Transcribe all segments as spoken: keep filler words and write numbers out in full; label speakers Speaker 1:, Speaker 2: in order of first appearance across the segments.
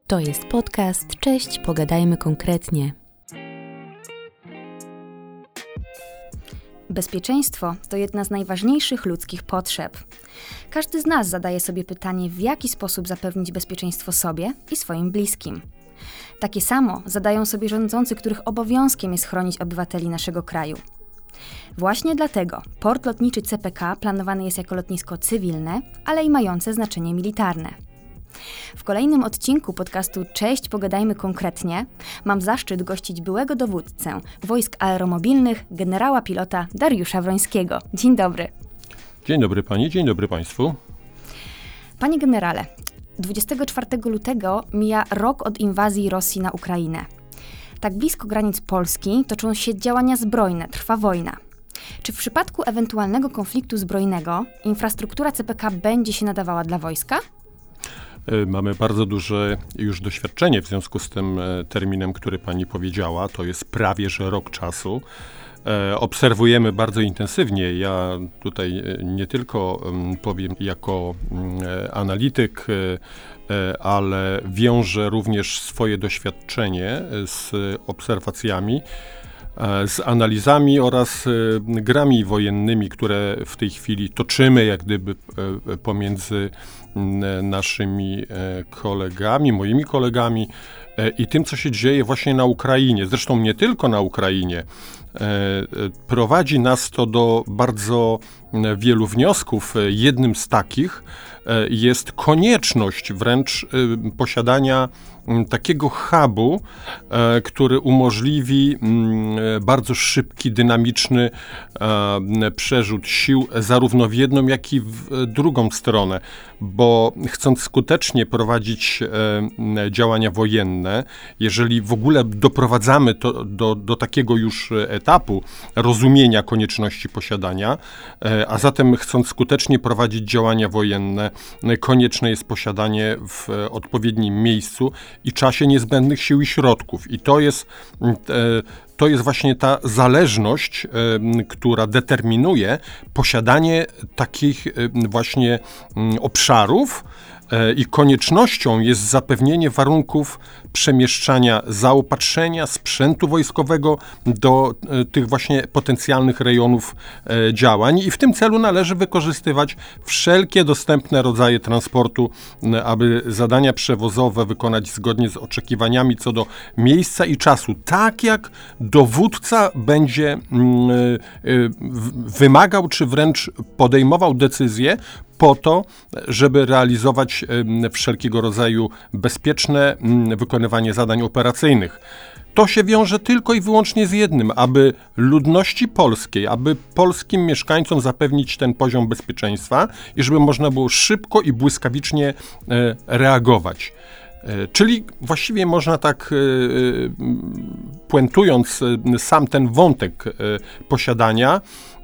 Speaker 1: To jest podcast Cześć, pogadajmy konkretnie.
Speaker 2: Bezpieczeństwo to jedna z najważniejszych ludzkich potrzeb. Każdy z nas zadaje sobie pytanie, w jaki sposób zapewnić bezpieczeństwo sobie i swoim bliskim. Takie samo zadają sobie rządzący, których obowiązkiem jest chronić obywateli naszego kraju. Właśnie dlatego port lotniczy C P K planowany jest jako lotnisko cywilne, ale i mające znaczenie militarne. W kolejnym odcinku podcastu Cześć, pogadajmy konkretnie mam zaszczyt gościć byłego dowódcę Wojsk Aeromobilnych, generała pilota Dariusza Wrońskiego. Dzień dobry.
Speaker 3: Dzień dobry pani, dzień dobry państwu.
Speaker 2: Panie generale, dwudziestego czwartego lutego mija rok od inwazji Rosji na Ukrainę. Tak blisko granic Polski toczą się działania zbrojne, trwa wojna. Czy w przypadku ewentualnego konfliktu zbrojnego infrastruktura C P K będzie się nadawała dla wojska?
Speaker 3: Mamy bardzo duże już doświadczenie w związku z tym terminem, który pani powiedziała. To jest prawie że rok czasu. Obserwujemy bardzo intensywnie. Ja tutaj nie tylko powiem jako analityk, ale wiążę również swoje doświadczenie z obserwacjami, z analizami oraz grami wojennymi, które w tej chwili toczymy jak gdyby pomiędzy naszymi kolegami, moimi kolegami i tym, co się dzieje właśnie na Ukrainie. Zresztą nie tylko na Ukrainie. Prowadzi nas to do bardzo wielu wniosków. Jednym z takich jest konieczność wręcz posiadania takiego hubu, który umożliwi bardzo szybki, dynamiczny przerzut sił zarówno w jedną, jak i w drugą stronę, bo chcąc skutecznie prowadzić działania wojenne, jeżeli w ogóle doprowadzamy to do, do takiego już etapu rozumienia konieczności posiadania, a zatem chcąc skutecznie prowadzić działania wojenne, konieczne jest posiadanie w odpowiednim miejscu i czasie niezbędnych sił i środków. I to jest, to jest właśnie ta zależność, która determinuje posiadanie takich właśnie obszarów, i koniecznością jest zapewnienie warunków przemieszczania zaopatrzenia, sprzętu wojskowego do tych właśnie potencjalnych rejonów działań i w tym celu należy wykorzystywać wszelkie dostępne rodzaje transportu, aby zadania przewozowe wykonać zgodnie z oczekiwaniami co do miejsca i czasu, tak jak dowódca będzie wymagał czy wręcz podejmował decyzje po to, żeby realizować wszelkiego rodzaju bezpieczne wykonywanie zadań operacyjnych. To się wiąże tylko i wyłącznie z jednym, aby ludności polskiej, aby polskim mieszkańcom zapewnić ten poziom bezpieczeństwa i żeby można było szybko i błyskawicznie reagować. Czyli właściwie można tak puentując sam ten wątek posiadania,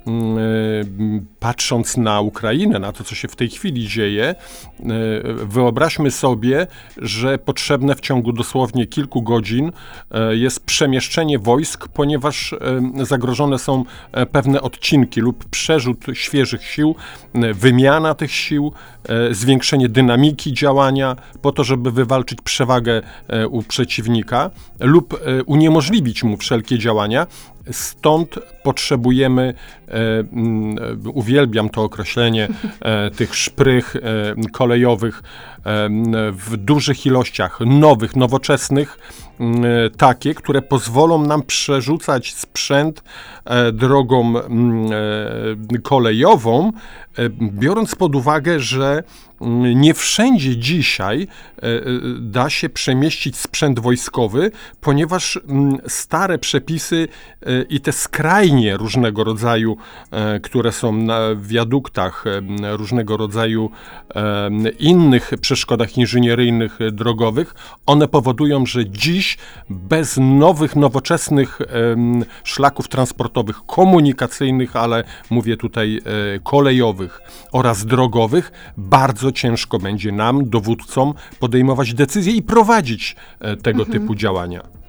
Speaker 3: patrząc na Ukrainę, na to, co się w tej chwili dzieje, wyobraźmy sobie, że potrzebne w ciągu dosłownie kilku godzin jest przemieszczenie wojsk, ponieważ zagrożone są pewne odcinki lub przerzut świeżych sił, wymiana tych sił, zwiększenie dynamiki działania po to, żeby wywalczyć przewagę u przeciwnika lub uniemożliwić mu wszelkie działania. Stąd potrzebujemy, e, uwielbiam to określenie, e, tych szprych e, kolejowych e, w dużych ilościach, nowych, nowoczesnych, e, takie, które pozwolą nam przerzucać sprzęt e, drogą e, kolejową, e, biorąc pod uwagę, że nie wszędzie dzisiaj da się przemieścić sprzęt wojskowy, ponieważ stare przepisy i te skrajnie różnego rodzaju, które są na wiaduktach, różnego rodzaju innych przeszkodach inżynieryjnych, drogowych, one powodują, że dziś bez nowych, nowoczesnych szlaków transportowych, komunikacyjnych, ale mówię tutaj kolejowych oraz drogowych, bardzo ciężko będzie nam, dowódcom, podejmować decyzje i prowadzić e, tego mhm. typu działania.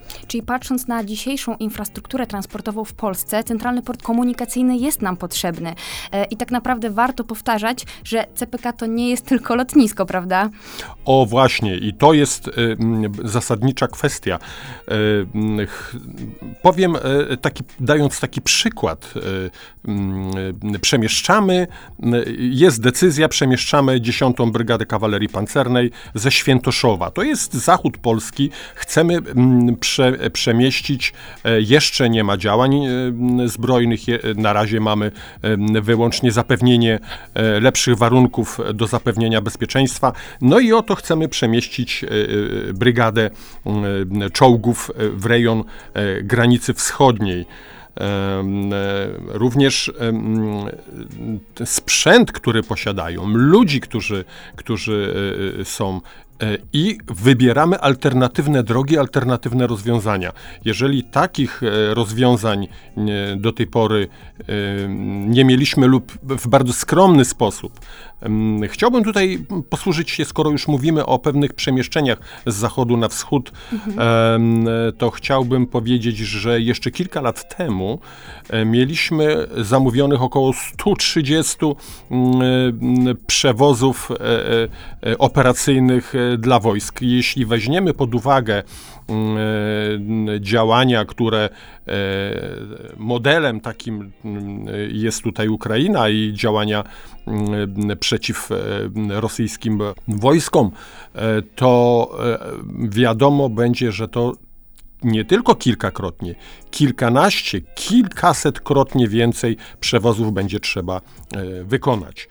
Speaker 2: Czyli patrząc na dzisiejszą infrastrukturę transportową w Polsce, Centralny Port Komunikacyjny jest nam potrzebny. E, I tak naprawdę warto powtarzać, że C P K to nie jest tylko lotnisko, prawda?
Speaker 3: O właśnie, i to jest y, zasadnicza kwestia. Y, ch, powiem, y, taki, dając taki przykład, y, y, przemieszczamy, y, jest decyzja, przemieszczamy dziesiątą Brygadę Kawalerii Pancernej ze Świętoszowa. To jest zachód Polski. Chcemy y, prze, przemieścić, y, jeszcze nie ma działań y, zbrojnych, je, na razie mamy y, wyłącznie zapewnienie y, lepszych warunków do zapewnienia bezpieczeństwa. No i oto chcemy przemieścić y, brygadę y, czołgów w rejon y, granicy wschodniej. Również sprzęt, który posiadają, ludzi, którzy, którzy są, i wybieramy alternatywne drogi, alternatywne rozwiązania. Jeżeli takich rozwiązań do tej pory nie mieliśmy lub w bardzo skromny sposób, chciałbym tutaj posłużyć się, skoro już mówimy o pewnych przemieszczeniach z zachodu na wschód, mhm. to chciałbym powiedzieć, że jeszcze kilka lat temu mieliśmy zamówionych około sto trzydzieści przewozów operacyjnych dla wojsk. Jeśli weźmiemy pod uwagę działania, które modelem takim jest tutaj Ukraina i działania przeciw rosyjskim wojskom, to wiadomo będzie, że to nie tylko kilkakrotnie, kilkanaście, kilkasetkrotnie więcej przewozów będzie trzeba wykonać.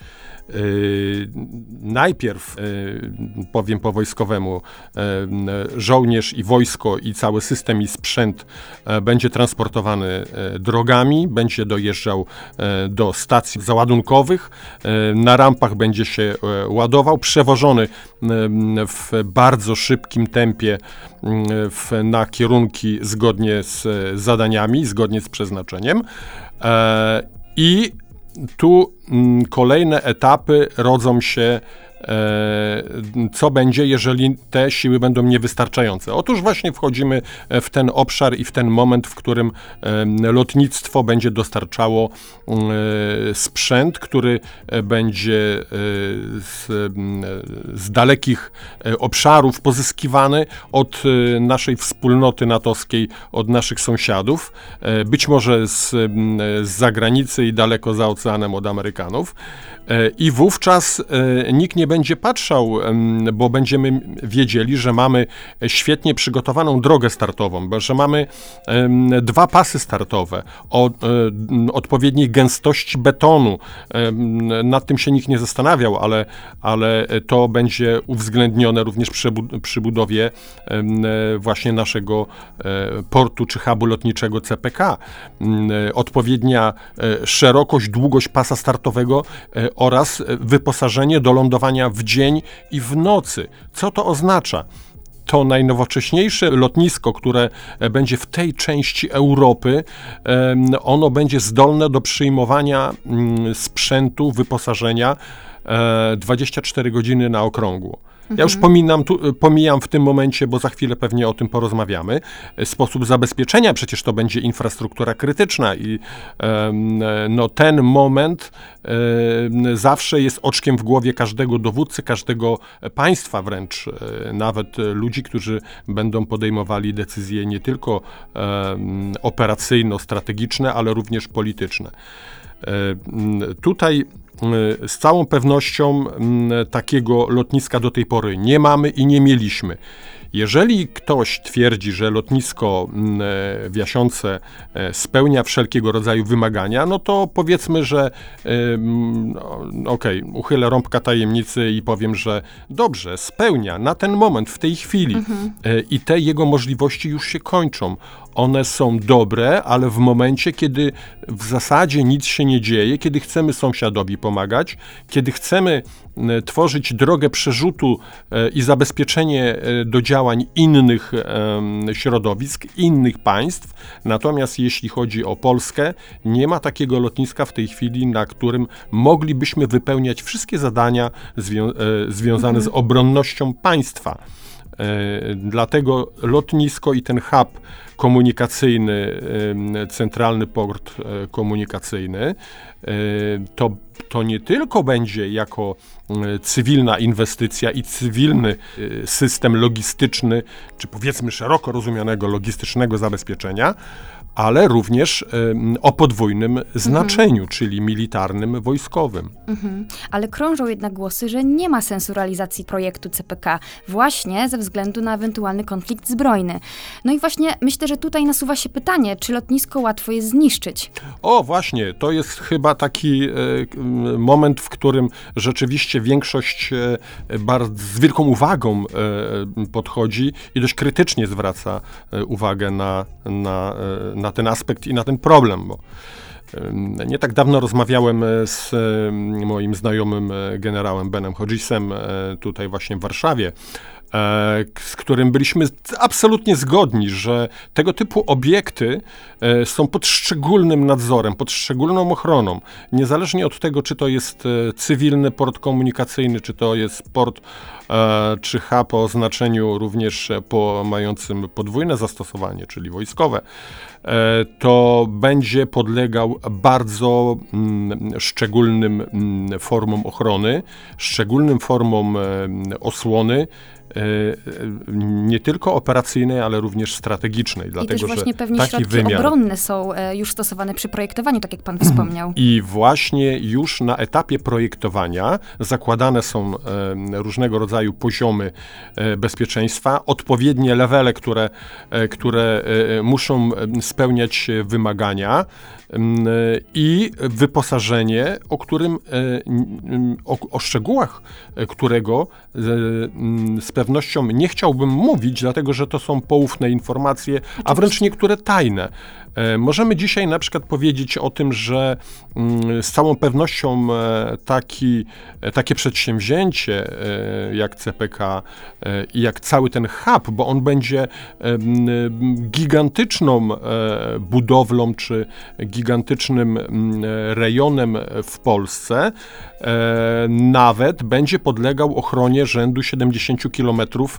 Speaker 3: Yy, najpierw, yy, powiem po wojskowemu, yy, żołnierz i wojsko i cały system i sprzęt yy, będzie transportowany yy, drogami, będzie dojeżdżał yy, do stacji załadunkowych, yy, na rampach będzie się yy, ładował, przewożony yy, w bardzo szybkim tempie yy, w, na kierunki zgodnie z yy, zadaniami, zgodnie z przeznaczeniem yy, i tu m, kolejne etapy rodzą się, e, co będzie, jeżeli te siły będą niewystarczające. Otóż właśnie wchodzimy w ten obszar i w ten moment, w którym e, lotnictwo będzie dostarczało e, sprzęt, który będzie e, z, z dalekich obszarów pozyskiwany od e, naszej wspólnoty natowskiej, od naszych sąsiadów, e, być może z, z zagranicy i daleko za oceanem od Amerykanów. I wówczas nikt nie będzie patrzał, bo będziemy wiedzieli, że mamy świetnie przygotowaną drogę startową, że mamy dwa pasy startowe o odpowiedniej gęstości betonu. Nad tym się nikt nie zastanawiał, ale, ale to będzie uwzględnione również przy, przy budowie właśnie naszego portu czy hubu lotniczego C P K. Odpowiednia szerokość, długość pasa startowego oraz wyposażenie do lądowania w dzień i w nocy. Co to oznacza? To najnowocześniejsze lotnisko, które będzie w tej części Europy, ono będzie zdolne do przyjmowania sprzętu, wyposażenia dwadzieścia cztery godziny na okrągło. Ja już pominam, tu, pomijam w tym momencie, bo za chwilę pewnie o tym porozmawiamy, sposób zabezpieczenia, przecież to będzie infrastruktura krytyczna i e, no, ten moment e, zawsze jest oczkiem w głowie każdego dowódcy, każdego państwa wręcz, e, nawet ludzi, którzy będą podejmowali decyzje nie tylko e, operacyjno-strategiczne, ale również polityczne. E, tutaj z całą pewnością takiego lotniska do tej pory nie mamy i nie mieliśmy. Jeżeli ktoś twierdzi, że lotnisko w Jasiące spełnia wszelkiego rodzaju wymagania, no to powiedzmy, że no, okej, okay, uchylę rąbka tajemnicy i powiem, że dobrze, spełnia na ten moment, w tej chwili mhm. i te jego możliwości już się kończą. One są dobre, ale w momencie, kiedy w zasadzie nic się nie dzieje, kiedy chcemy sąsiadowi pomagać, kiedy chcemy tworzyć drogę przerzutu i zabezpieczenie do działań innych środowisk, innych państw. Natomiast jeśli chodzi o Polskę, nie ma takiego lotniska w tej chwili, na którym moglibyśmy wypełniać wszystkie zadania zwią- związane mhm. z obronnością państwa. Dlatego lotnisko i ten hub komunikacyjny, centralny port komunikacyjny, to, to nie tylko będzie jako cywilna inwestycja i cywilny system logistyczny, czy powiedzmy szeroko rozumianego logistycznego zabezpieczenia, ale również y, o podwójnym znaczeniu, mhm. czyli militarnym, wojskowym.
Speaker 2: Mhm. Ale krążą jednak głosy, że nie ma sensu realizacji projektu C P K, właśnie ze względu na ewentualny konflikt zbrojny. No i właśnie myślę, że tutaj nasuwa się pytanie, czy lotnisko łatwo jest zniszczyć?
Speaker 3: O, właśnie, to jest chyba taki y, y, moment, w którym rzeczywiście większość y, bardzo, z wielką uwagą y, podchodzi i dość krytycznie zwraca y, uwagę na, na, y, na ten aspekt i na ten problem, bo nie tak dawno rozmawiałem z moim znajomym generałem Benem Hodgesem tutaj właśnie w Warszawie, z którym byliśmy absolutnie zgodni, że tego typu obiekty są pod szczególnym nadzorem, pod szczególną ochroną. Niezależnie od tego, czy to jest cywilny port komunikacyjny, czy to jest port czy hub o znaczeniu również po, mającym podwójne zastosowanie, czyli wojskowe, to będzie podlegał bardzo mm, szczególnym mm, formom ochrony, szczególnym formom mm, osłony, nie tylko operacyjnej, ale również strategicznej.
Speaker 2: I
Speaker 3: dlatego,
Speaker 2: też właśnie
Speaker 3: że
Speaker 2: pewnie
Speaker 3: taki
Speaker 2: środki
Speaker 3: wymiar
Speaker 2: obronne są już stosowane przy projektowaniu, tak jak pan wspomniał.
Speaker 3: I właśnie już na etapie projektowania zakładane są różnego rodzaju poziomy bezpieczeństwa, odpowiednie levele, które, które muszą spełniać wymagania i wyposażenie, o którym, o, o szczegółach którego z pewnością nie chciałbym mówić, dlatego że to są poufne informacje, oczywiście, a wręcz niektóre tajne. Możemy dzisiaj na przykład powiedzieć o tym, że z całą pewnością taki, takie przedsięwzięcie jak C P K i jak cały ten hub, bo on będzie gigantyczną budowlą czy gigantycznym rejonem w Polsce, nawet będzie podlegał ochronie rzędu siedemdziesiąt kilometrów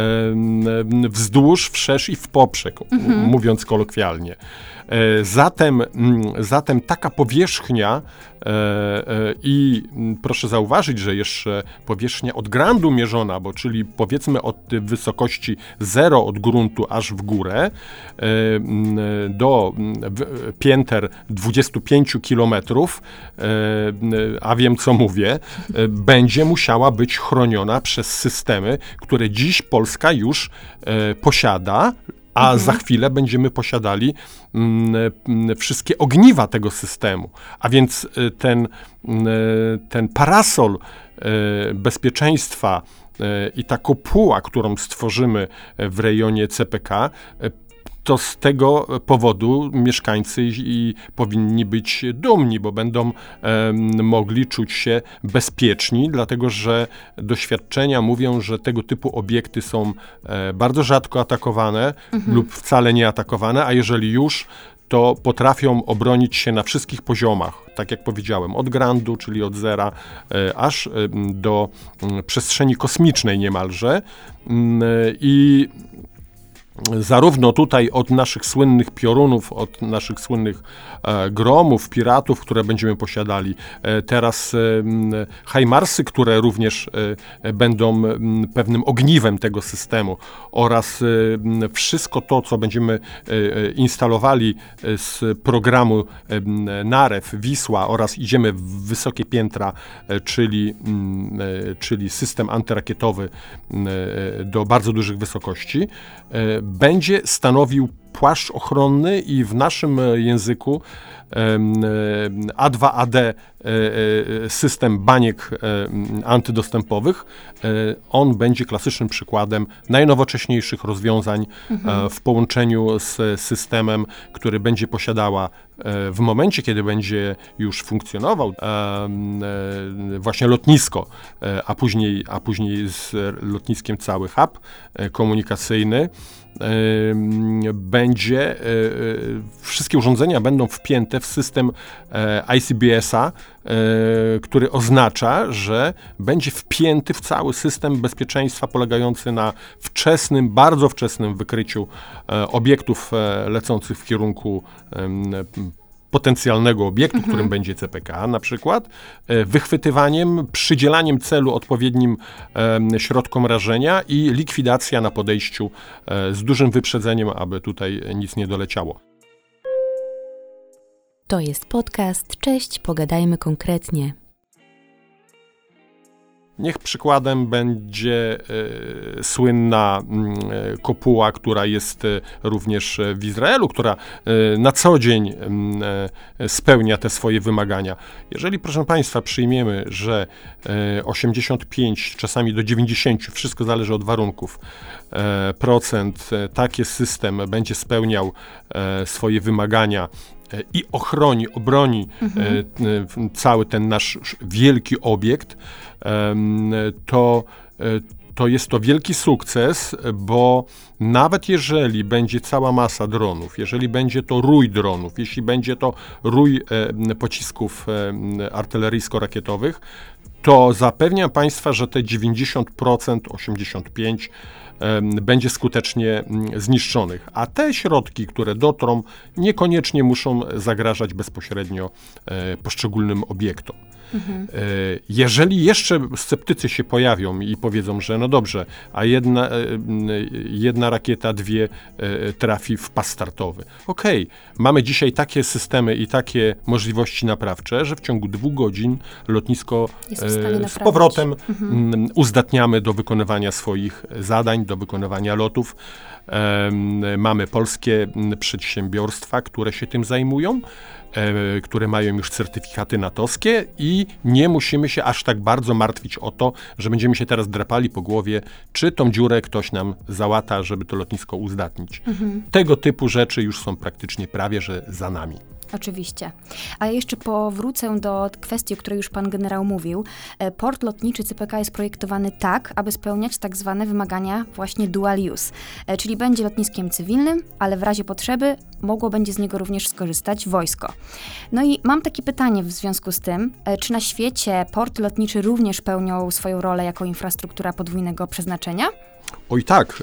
Speaker 3: wzdłuż, wszerz i w poprzek, mhm. mówiąc kolokwialnie. Zatem, zatem taka powierzchnia i proszę zauważyć, że jeszcze powierzchnia od grandu mierzona, bo czyli powiedzmy od wysokości zero od gruntu aż w górę do pięter dwadzieścia pięć kilometrów, a wiem co mówię, będzie musiała być chroniona przez systemy, które dziś Polska już posiada, a mhm. za chwilę będziemy posiadali mm, wszystkie ogniwa tego systemu. A więc ten, ten parasol y, bezpieczeństwa y, i ta kopuła, którą stworzymy w rejonie C P K, y, to z tego powodu mieszkańcy i powinni być dumni, bo będą e, mogli czuć się bezpieczni, dlatego że doświadczenia mówią, że tego typu obiekty są e, bardzo rzadko atakowane mhm. lub wcale nie atakowane, a jeżeli już, to potrafią obronić się na wszystkich poziomach, tak jak powiedziałem, od grandu, czyli od zera, e, aż e, do e, przestrzeni kosmicznej niemalże. E, I zarówno tutaj od naszych słynnych piorunów, od naszych słynnych e, gromów, piratów, które będziemy posiadali, e, teraz e, Hajmarsy, które również e, będą m, pewnym ogniwem tego systemu, oraz e, wszystko to, co będziemy e, instalowali z programu e, Narew, Wisła, oraz idziemy w wysokie piętra, e, czyli, e, czyli system antyrakietowy e, do bardzo dużych wysokości, e, będzie stanowił płaszcz ochronny i w naszym języku A dwa A D system baniek antydostępowych, on będzie klasycznym przykładem najnowocześniejszych rozwiązań mhm. w połączeniu z systemem, który będzie posiadała w momencie, kiedy będzie już funkcjonował właśnie lotnisko, a później, a później z lotniskiem cały hub komunikacyjny, będzie, wszystkie urządzenia będą wpięte w system I C B S a, który oznacza, że będzie wpięty w cały system bezpieczeństwa polegający na wczesnym, bardzo wczesnym wykryciu obiektów lecących w kierunku potencjalnego obiektu, mhm. którym będzie C P K na przykład, wychwytywaniem, przydzielaniem celu odpowiednim e, środkom rażenia i likwidacja na podejściu e, z dużym wyprzedzeniem, aby tutaj nic nie doleciało.
Speaker 1: To jest podcast Cześć, pogadajmy konkretnie.
Speaker 3: Niech przykładem będzie e, słynna e, kopuła, która jest e, również w Izraelu, która e, na co dzień e, spełnia te swoje wymagania. Jeżeli, proszę Państwa, przyjmiemy, że e, osiemdziesiąt pięć, czasami do dziewięćdziesiąt, wszystko zależy od warunków, e, procent e, taki system będzie spełniał e, swoje wymagania i ochroni, obroni mhm. e, cały ten nasz wielki obiekt, e, to, e, to jest to wielki sukces, bo nawet jeżeli będzie cała masa dronów, jeżeli będzie to rój dronów, jeśli będzie to rój e, pocisków e, artyleryjsko-rakietowych, to zapewniam Państwa, że te dziewięćdziesiąt procent, osiemdziesiąt pięć procent będzie skutecznie zniszczonych. A te środki, które dotrą, niekoniecznie muszą zagrażać bezpośrednio poszczególnym obiektom. Mhm. Jeżeli jeszcze sceptycy się pojawią i powiedzą, że no dobrze, a jedna, jedna rakieta, dwie trafi w pas startowy. Okej, okay, mamy dzisiaj takie systemy i takie możliwości naprawcze, że w ciągu dwóch godzin lotnisko z powrotem mhm. uzdatniamy do wykonywania swoich zadań, do wykonywania lotów. Mamy polskie przedsiębiorstwa, które się tym zajmują, e, które mają już certyfikaty natowskie i nie musimy się aż tak bardzo martwić o to, że będziemy się teraz drapali po głowie, czy tą dziurę ktoś nam załata, żeby to lotnisko uzdatnić. Mhm. Tego typu rzeczy już są praktycznie prawie że za nami.
Speaker 2: Oczywiście. A ja jeszcze powrócę do kwestii, o której już pan generał mówił. Port lotniczy C P K jest projektowany tak, aby spełniać tak zwane wymagania właśnie dual use, czyli będzie lotniskiem cywilnym, ale w razie potrzeby mogło będzie z niego również skorzystać wojsko. No i mam takie pytanie w związku z tym, czy na świecie porty lotnicze również pełnią swoją rolę jako infrastruktura podwójnego przeznaczenia?
Speaker 3: Oj tak,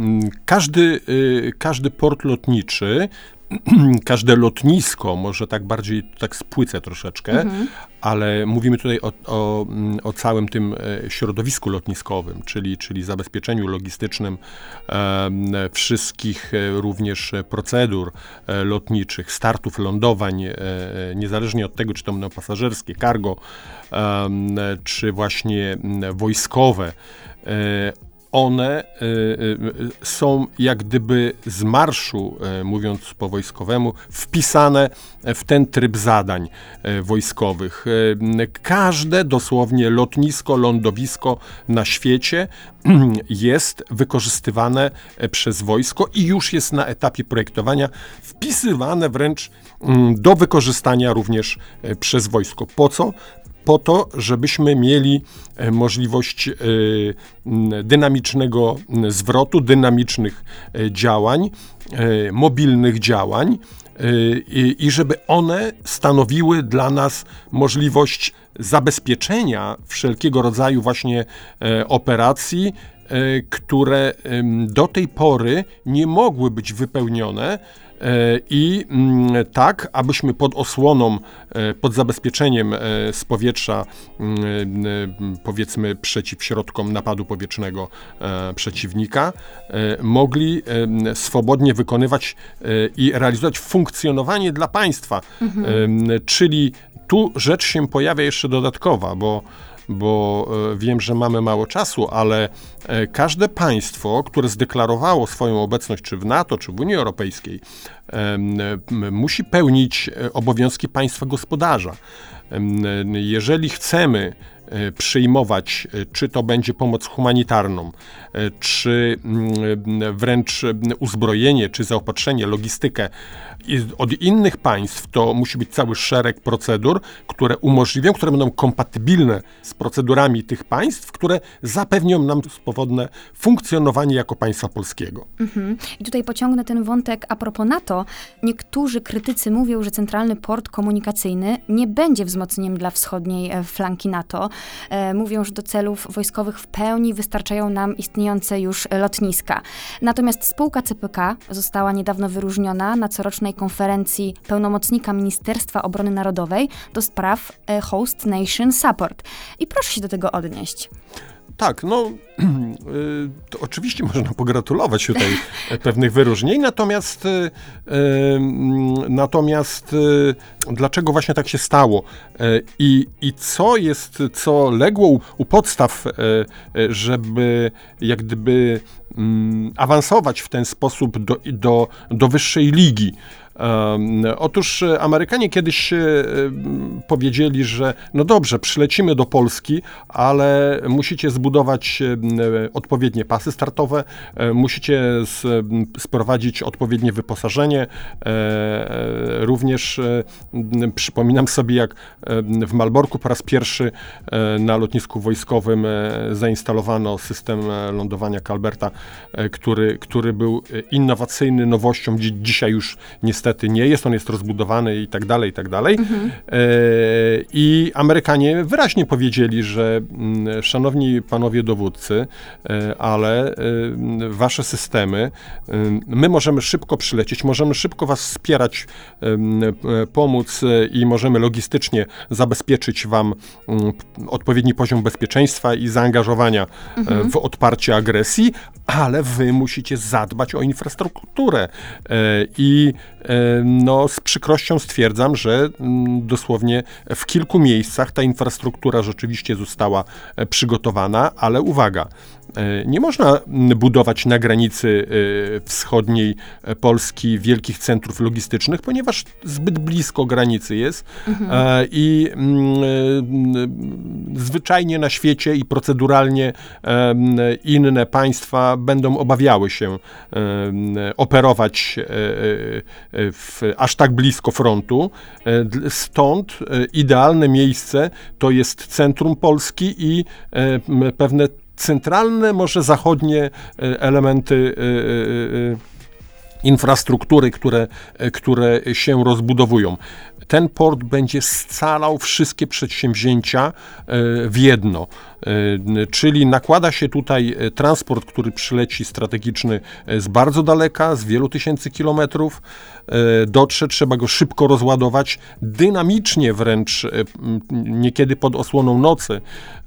Speaker 3: każdy, każdy port lotniczy, każde lotnisko, może tak bardziej, tak spłycę troszeczkę, mhm. ale mówimy tutaj o, o, o całym tym środowisku lotniskowym, czyli, czyli zabezpieczeniu logistycznym e, wszystkich również procedur e, lotniczych, startów, lądowań, e, niezależnie od tego, czy to będą pasażerskie, cargo, e, czy właśnie wojskowe. E, One y, y, są jak gdyby z marszu, y, mówiąc po wojskowemu, wpisane w ten tryb zadań y, wojskowych. Y, każde dosłownie lotnisko, lądowisko na świecie y, jest wykorzystywane y, przez wojsko i już jest na etapie projektowania wpisywane wręcz y, do wykorzystania również y, przez wojsko. Po co? Po to, żebyśmy mieli możliwość dynamicznego zwrotu, dynamicznych działań, mobilnych działań i żeby one stanowiły dla nas możliwość zabezpieczenia wszelkiego rodzaju właśnie operacji, które do tej pory nie mogły być wypełnione i tak, abyśmy pod osłoną, pod zabezpieczeniem z powietrza, powiedzmy przeciw środkom napadu powietrznego przeciwnika, mogli swobodnie wykonywać i realizować funkcjonowanie dla państwa. Mhm. Czyli tu rzecz się pojawia jeszcze dodatkowa, bo bo wiem, że mamy mało czasu, ale każde państwo, które zdeklarowało swoją obecność czy w NATO, czy w Unii Europejskiej, musi pełnić obowiązki państwa gospodarza. Jeżeli chcemy przyjmować, czy to będzie pomoc humanitarną, czy wręcz uzbrojenie, czy zaopatrzenie, logistykę od innych państw, to musi być cały szereg procedur, które umożliwią, które będą kompatybilne z procedurami tych państw, które zapewnią nam swobodne funkcjonowanie jako państwa polskiego.
Speaker 2: Mhm. I tutaj pociągnę ten wątek a propos NATO. Niektórzy krytycy mówią, że Centralny Port Komunikacyjny nie będzie wzmocnieniem dla wschodniej flanki NATO. E, mówią, że do celów wojskowych w pełni wystarczają nam istniejące już lotniska. Natomiast spółka C P K została niedawno wyróżniona na corocznej konferencji pełnomocnika Ministerstwa Obrony Narodowej do spraw e, Host Nation Support. I proszę się do tego odnieść.
Speaker 3: Tak, no to oczywiście można pogratulować tutaj pewnych wyróżnień, natomiast y, y, natomiast y, dlaczego właśnie tak się stało i, i co jest, co legło u, u podstaw, y, żeby jak gdyby y, awansować w ten sposób do, do, do wyższej ligi. Um, otóż Amerykanie kiedyś um, powiedzieli, że no dobrze, przylecimy do Polski, ale musicie zbudować um, odpowiednie pasy startowe, um, musicie z, um, sprowadzić odpowiednie wyposażenie. Um, również um, przypominam sobie, jak um, w Malborku po raz pierwszy um, na lotnisku wojskowym um, zainstalowano system um, lądowania Kalberta, um, który, który był um, innowacyjny, nowością, dzi- dzisiaj już niestety nie jest, on jest rozbudowany i tak dalej, i tak dalej. Mhm. E, I Amerykanie wyraźnie powiedzieli, że m, szanowni panowie dowódcy, e, ale e, wasze systemy, e, my możemy szybko przylecieć, możemy szybko was wspierać, e, e, pomóc e, i możemy logistycznie zabezpieczyć wam m, odpowiedni poziom bezpieczeństwa i zaangażowania mhm. e, w odparcie agresji, ale wy musicie zadbać o infrastrukturę. E, I e, no, z przykrością stwierdzam, że mm, dosłownie w kilku miejscach ta infrastruktura rzeczywiście została e, przygotowana, ale uwaga, e, nie można budować na granicy e, wschodniej Polski wielkich centrów logistycznych, ponieważ zbyt blisko granicy jest mhm. e, i mm, e, zwyczajnie na świecie i proceduralnie e, inne państwa będą obawiały się e, operować e, e, w aż tak blisko frontu. Stąd idealne miejsce to jest centrum Polski i pewne centralne, może zachodnie elementy infrastruktury, które, które się rozbudowują. Ten port będzie scalał wszystkie przedsięwzięcia w jedno. Czyli nakłada się tutaj transport, który przyleci strategiczny z bardzo daleka, z wielu tysięcy kilometrów, dotrze, trzeba go szybko rozładować, dynamicznie wręcz, niekiedy pod osłoną nocy,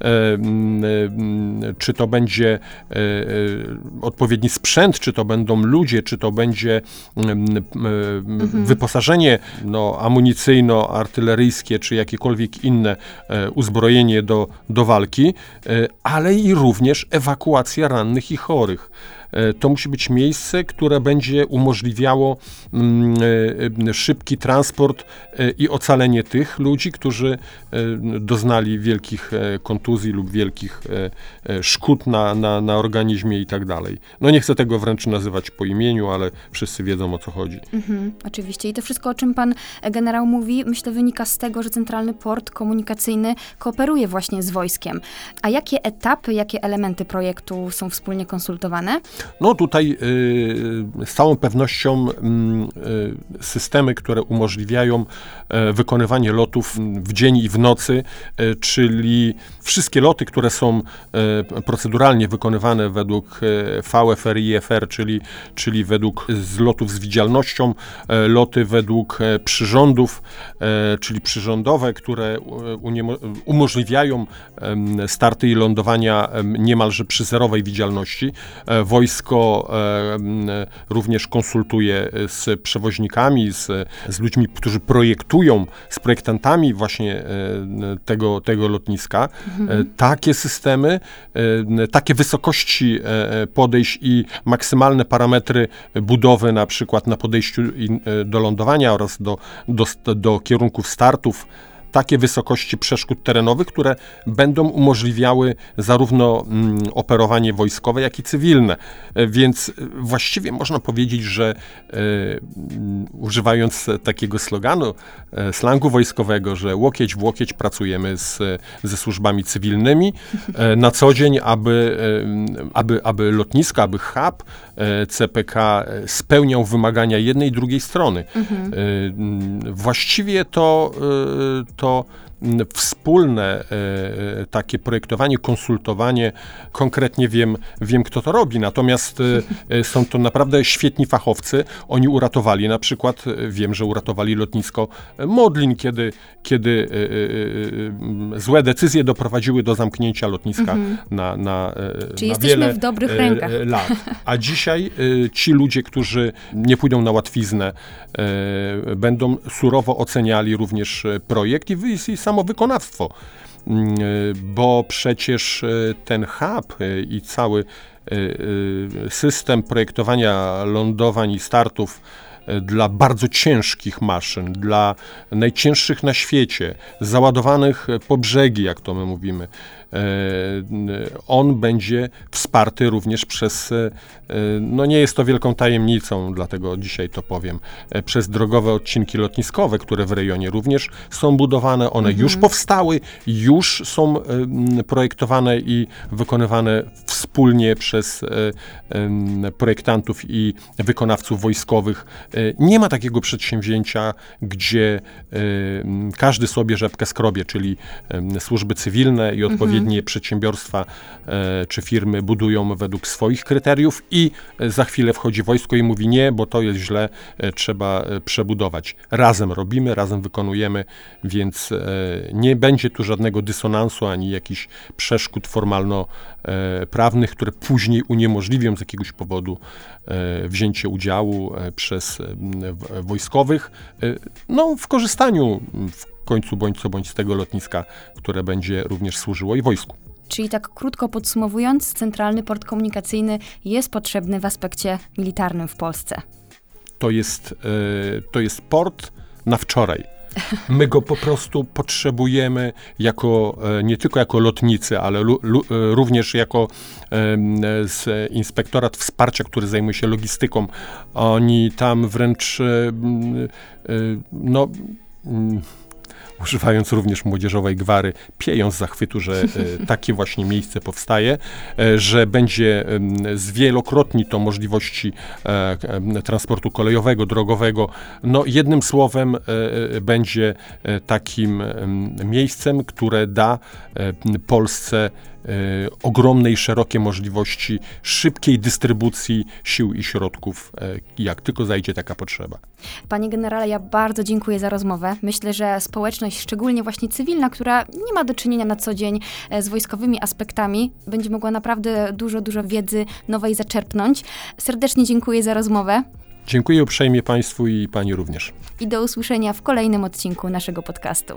Speaker 3: czy to będzie odpowiedni sprzęt, czy to będą ludzie, czy to będzie mhm. wyposażenie no, amunicyjno-artyleryjskie, czy jakiekolwiek inne uzbrojenie do, do walki, ale i również ewakuacja rannych i chorych. To musi być miejsce, które będzie umożliwiało mm, szybki transport i ocalenie tych ludzi, którzy doznali wielkich kontuzji lub wielkich szkód na, na, na organizmie i tak dalej. No nie chcę tego wręcz nazywać po imieniu, ale wszyscy wiedzą, o co chodzi.
Speaker 2: Mhm, oczywiście. I to wszystko, o czym pan generał mówi, myślę, wynika z tego, że Centralny Port Komunikacyjny kooperuje właśnie z wojskiem. A jakie etapy, jakie elementy projektu są wspólnie konsultowane?
Speaker 3: No tutaj y, z całą pewnością y, systemy, które umożliwiają y, wykonywanie lotów w dzień i w nocy, y, czyli wszystkie loty, które są y, proceduralnie wykonywane według y, V F R i F R, czyli, czyli według zlotów z widzialnością, y, loty według y, przyrządów, y, czyli przyrządowe, które uniemo- umożliwiają y, starty i lądowania y, niemalże przy zerowej widzialności. Y, wojsko również konsultuje z przewoźnikami, z, z ludźmi, którzy projektują, z projektantami właśnie tego, tego lotniska. Mhm. Takie systemy, takie wysokości podejść i maksymalne parametry budowy, na przykład na podejściu do lądowania oraz do, do, do kierunków startów, takie wysokości przeszkód terenowych, które będą umożliwiały zarówno mm, operowanie wojskowe, jak i cywilne. E, więc właściwie można powiedzieć, że e, m, używając takiego sloganu, e, slangu wojskowego, że łokieć w łokieć pracujemy z, ze służbami cywilnymi e, na co dzień, aby, e, aby, aby lotnisko, aby hub e, C P K spełniał wymagania jednej i drugiej strony. Mhm. E, właściwie to, e, to wspólne e, takie projektowanie, konsultowanie, konkretnie wiem, wiem, kto to robi, natomiast e, są to naprawdę świetni fachowcy. Oni uratowali, na przykład wiem, że uratowali lotnisko Modlin, kiedy, kiedy e, e, złe decyzje doprowadziły do zamknięcia lotniska mhm. na, na,
Speaker 2: Czyli
Speaker 3: na
Speaker 2: jesteśmy
Speaker 3: wiele
Speaker 2: w dobrych rękach.
Speaker 3: lat. A dzisiaj e, ci ludzie, którzy nie pójdą na łatwiznę, e, będą surowo oceniali również projekt i, i samo wykonawstwo, bo przecież ten hub i cały system projektowania lądowań i startów dla bardzo ciężkich maszyn, dla najcięższych na świecie, załadowanych po brzegi, jak to my mówimy, on będzie wsparty również przez, no nie jest to wielką tajemnicą, dlatego dzisiaj to powiem, przez drogowe odcinki lotniskowe, które w rejonie również są budowane, one mhm. już powstały, już są projektowane i wykonywane wspólnie przez projektantów i wykonawców wojskowych. Nie ma takiego przedsięwzięcia, gdzie każdy sobie rzepkę skrobie, czyli służby cywilne i odpowiednie mhm. przedsiębiorstwa e, czy firmy budują według swoich kryteriów i e, za chwilę wchodzi wojsko i mówi nie, bo to jest źle, e, trzeba e, przebudować. Razem robimy, razem wykonujemy, więc e, nie będzie tu żadnego dysonansu ani jakichś przeszkód formalno-prawnych, które później uniemożliwią z jakiegoś powodu e, wzięcie udziału e, przez e, w, wojskowych, e, no w korzystaniu w końcu bądź co bądź z tego lotniska, które będzie również służyło i wojsku.
Speaker 2: Czyli tak krótko podsumowując, Centralny Port Komunikacyjny jest potrzebny w aspekcie militarnym w Polsce.
Speaker 3: To jest, e, to jest port na wczoraj. My go po prostu potrzebujemy jako, e, nie tylko jako lotnicy, ale lu, lu, e, również jako e, z Inspektorat Wsparcia, który zajmuje się logistyką. Oni tam wręcz e, e, no używając również młodzieżowej gwary, pieją z zachwytu, że e, takie właśnie miejsce powstaje, e, że będzie e, zwielokrotni to możliwości e, e, transportu kolejowego, drogowego. No jednym słowem e, e, będzie e, takim e, miejscem, które da e, Polsce E, ogromne i szerokie możliwości szybkiej dystrybucji sił i środków, e, jak tylko zajdzie taka potrzeba.
Speaker 2: Panie generale, ja bardzo dziękuję za rozmowę. Myślę, że społeczność, szczególnie właśnie cywilna, która nie ma do czynienia na co dzień z wojskowymi aspektami, będzie mogła naprawdę dużo, dużo wiedzy nowej zaczerpnąć. Serdecznie dziękuję za rozmowę.
Speaker 3: Dziękuję uprzejmie Państwu i Pani również.
Speaker 2: I do usłyszenia w kolejnym odcinku naszego podcastu.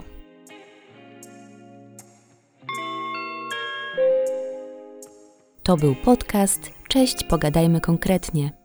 Speaker 1: To był podcast Cześć, pogadajmy konkretnie.